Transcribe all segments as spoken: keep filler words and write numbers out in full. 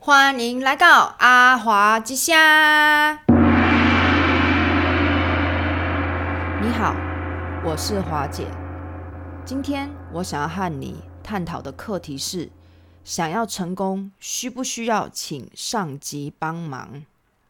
欢迎来到阿华之虾。你好，我是华姐。今天我想要和你探讨的课题是：想要成功，需不需要请上级帮忙？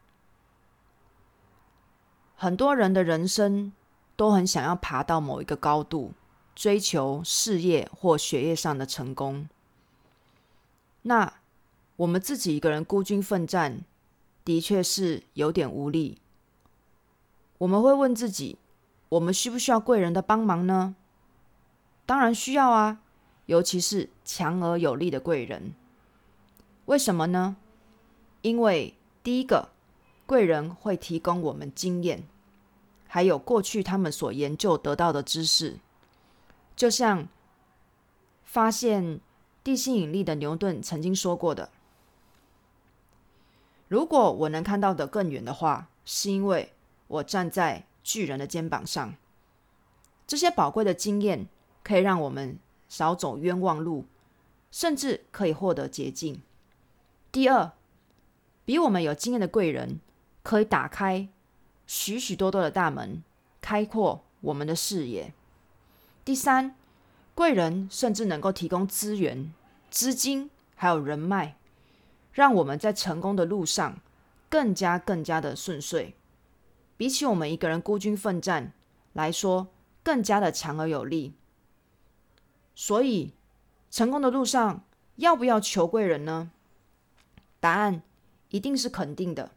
很多人的人生都很想要爬到某一个高度，追求事业或学业上的成功。那我们自己一个人孤军奋战，的确是有点无力。我们会问自己，我们需不需要贵人的帮忙呢？当然需要啊，尤其是强而有力的贵人。为什么呢？因为第一个，贵人会提供我们经验，还有过去他们所研究得到的知识。就像发现地心引力的牛顿曾经说过的，如果我能看到的更远的话，是因为我站在巨人的肩膀上。这些宝贵的经验可以让我们少走冤枉路，甚至可以获得捷径。第二，比我们有经验的贵人可以打开许许多多的大门，开阔我们的视野。第三，贵人甚至能够提供资源、资金还有人脉，让我们在成功的路上更加更加的顺遂，比起我们一个人孤军奋战来说，更加的强而有力。所以成功的路上要不要求贵人呢？答案一定是肯定的。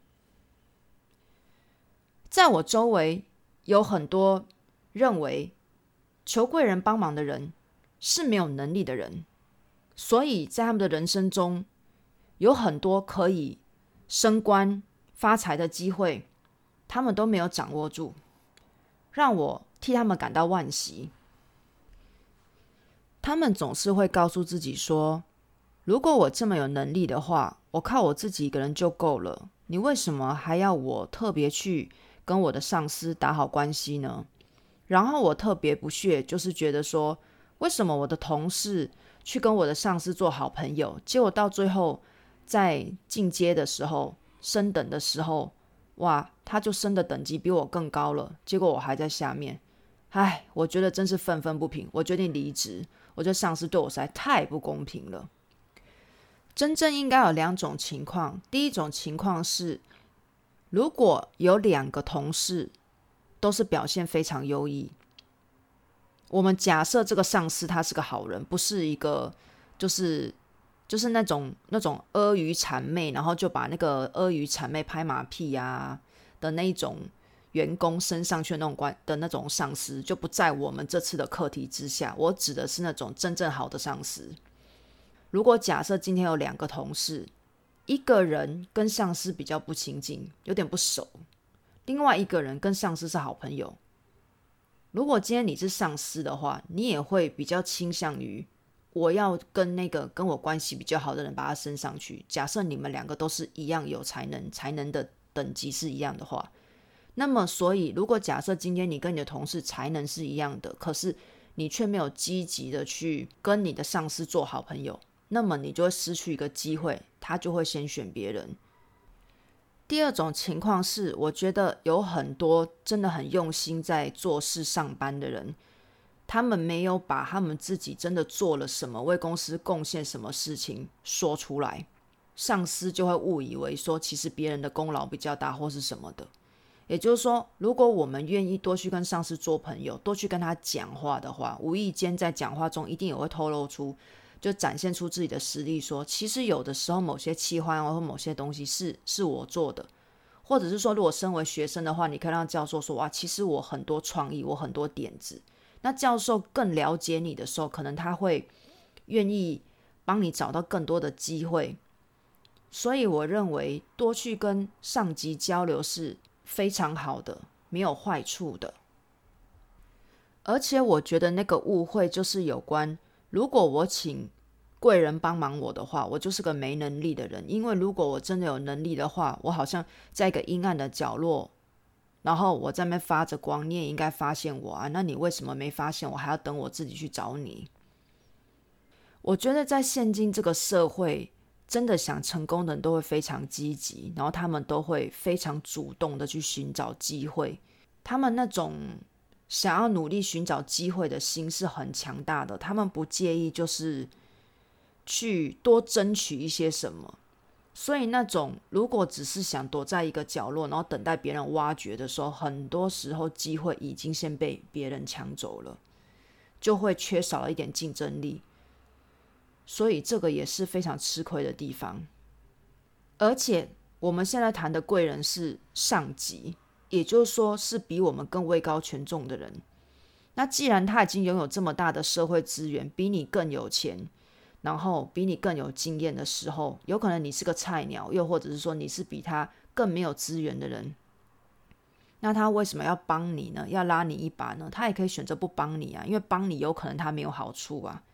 在我周围有很多认为求贵人帮忙的人是没有能力的人，所以在他们的人生中有很多可以升官发财的机会，他们都没有掌握住，让我替他们感到惋惜。他们总是会告诉自己说，如果我这么有能力的话，我靠我自己一个人就够了，你为什么还要我特别去跟我的上司打好关系呢？然后我特别不屑，就是觉得说，为什么我的同事去跟我的上司做好朋友，结果到最后在进阶的时候，升等的时候，哇，他就升的等级比我更高了，结果我还在下面。唉，我觉得真是愤愤不平，我决定离职。我觉得上司对我实在太不公平了。真正应该有两种情况，第一种情况是，如果有两个同事都是表现非常优异，我们假设这个上司他是个好人，不是一个就是就是那种那种阿谀谄媚，然后就把那个阿谀谄媚拍马屁啊的那一种员工升上去的那种关的那种上司，就不在我们这次的课题之下。我指的是那种真正好的上司。如果假设今天有两个同事，一个人跟上司比较不亲近，有点不熟，另外一个人跟上司是好朋友，如果今天你是上司的话，你也会比较倾向于我要跟那个跟我关系比较好的人把他升上去。假设你们两个都是一样有才能，才能的等级是一样的话，那么所以如果假设今天你跟你的同事才能是一样的，可是你却没有积极的去跟你的上司做好朋友，那么你就会失去一个机会，他就会先选别人。第二种情况是，我觉得有很多真的很用心在做事上班的人，他们没有把他们自己真的做了什么，为公司贡献什么事情说出来，上司就会误以为说其实别人的功劳比较大或是什么的。也就是说，如果我们愿意多去跟上司做朋友，多去跟他讲话的话，无意间在讲话中一定也会透露出，就展现出自己的实力，说其实有的时候某些企划或某些东西是是我做的，或者是说如果身为学生的话，你可以让教授说，哇，其实我很多创意，我很多点子。那教授更了解你的时候，可能他会愿意帮你找到更多的机会。所以我认为多去跟上级交流是非常好的，没有坏处的。而且我觉得那个误会就是有关，如果我请贵人帮忙我的话，我就是个没能力的人。因为如果我真的有能力的话，我好像在一个阴暗的角落，然后我在那边发着光，你也应该发现我啊，那你为什么没发现我，还要等我自己去找你？我觉得在现今这个社会， 真的想成功的人都会非常积极，然后他们都会非常主动的去寻找机会，他们那种想要努力寻找机会的心是很强大的，他们不介意就是去多争取一些什么。所以那种如果只是想躲在一个角落，然后等待别人挖掘的时候，很多时候机会已经先被别人抢走了，就会缺少了一点竞争力。所以这个也是非常吃亏的地方。而且我们现在谈的贵人是上级，也就是说是比我们更位高权重的人。那既然他已经拥有这么大的社会资源，比你更有钱，然后比你更有经验的时候，有可能你是个菜鸟，又或者是说你是比他更没有资源的人，那他为什么要帮你呢？要拉你一把呢？他也可以选择不帮你啊，因为帮你有可能他没有好处啊。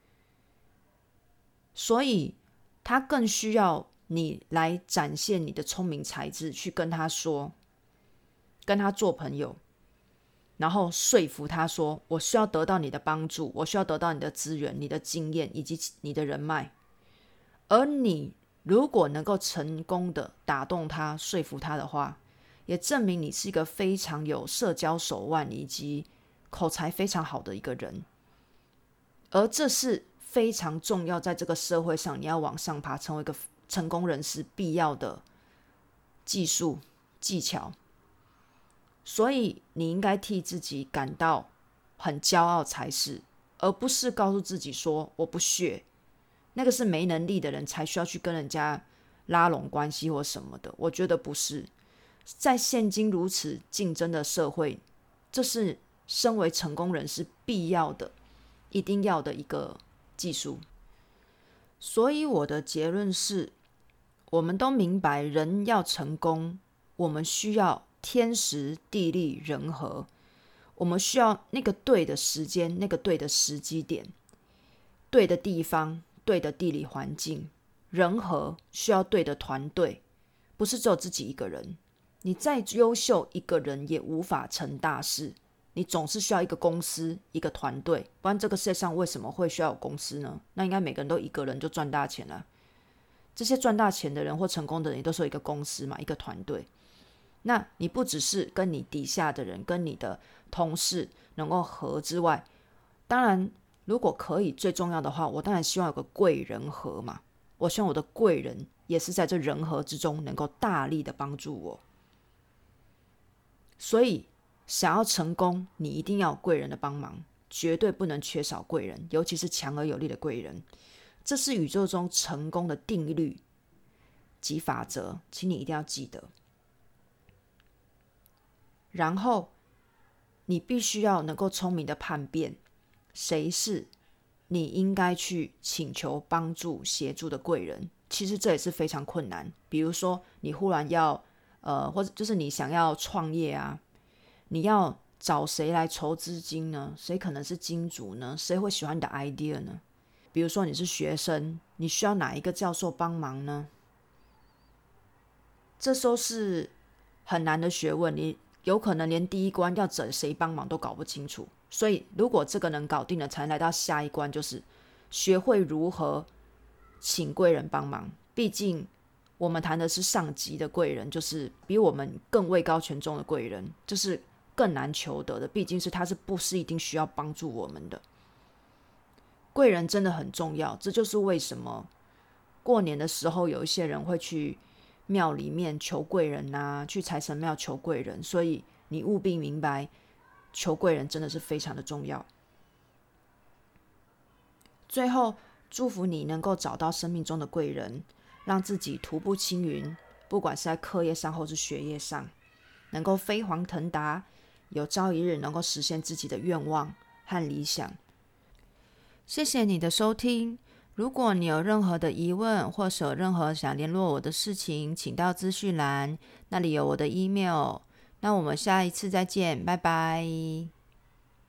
所以他更需要你来展现你的聪明才智，去跟他说，跟他做朋友，然后说服他说，我需要得到你的帮助，我需要得到你的资源、你的经验以及你的人脉。而你如果能够成功的打动他、说服他的话，也证明你是一个非常有社交手腕以及口才非常好的一个人。而这是非常重要，在这个社会上你要往上爬，成为一个成功人士必要的技术技巧。所以你应该替自己感到很骄傲才是，而不是告诉自己说我不屑。那个是没能力的人才需要去跟人家拉拢关系或什么的，我觉得不是。在现今如此竞争的社会，这是身为成功人士必要的、一定要的一个技术。所以我的结论是，我们都明白人要成功，我们需要天时地利人和，我们需要那个对的时间，那个对的时机点，对的地方，对的地理环境。人和需要对的团队，不是只有自己一个人。你再优秀，一个人也无法成大事，你总是需要一个公司，一个团队，不然这个世界上为什么会需要有公司呢？那应该每个人都一个人就赚大钱了。这些赚大钱的人或成功的人，也都是有一个公司嘛，一个团队。那你不只是跟你底下的人、跟你的同事能够合之外，当然如果可以，最重要的话，我当然希望有个贵人和嘛。我希望我的贵人也是在这人和之中能够大力的帮助我。所以想要成功，你一定要有贵人的帮忙，绝对不能缺少贵人，尤其是强而有力的贵人。这是宇宙中成功的定律及法则，请你一定要记得。然后你必须要能够聪明的判辨，谁是你应该去请求帮助协助的贵人。其实这也是非常困难。比如说你忽然要呃，或者就是你想要创业啊，你要找谁来筹资金呢？谁可能是金主呢？谁会喜欢你的 idea 呢？比如说你是学生，你需要哪一个教授帮忙呢？这都是很难的学问，你有可能连第一关要找谁帮忙都搞不清楚。所以如果这个能搞定了，才能来到下一关，就是学会如何请贵人帮忙。毕竟我们谈的是上级的贵人，就是比我们更位高权重的贵人，这是更难求得的，毕竟是他是不是一定需要帮助我们的。贵人真的很重要，这就是为什么过年的时候有一些人会去庙里面求贵人啊，去财神庙求贵人。所以你务必明白，求贵人真的是非常的重要。最后祝福你能够找到生命中的贵人，让自己徒步青云，不管是在课业上或是学业上，能够飞黄腾达，有朝一日能够实现自己的愿望和理想。谢谢你的收听。如果你有任何的疑问，或是有任何想联络我的事情，请到资讯栏，那里有我的 email。那我们下一次再见，拜拜。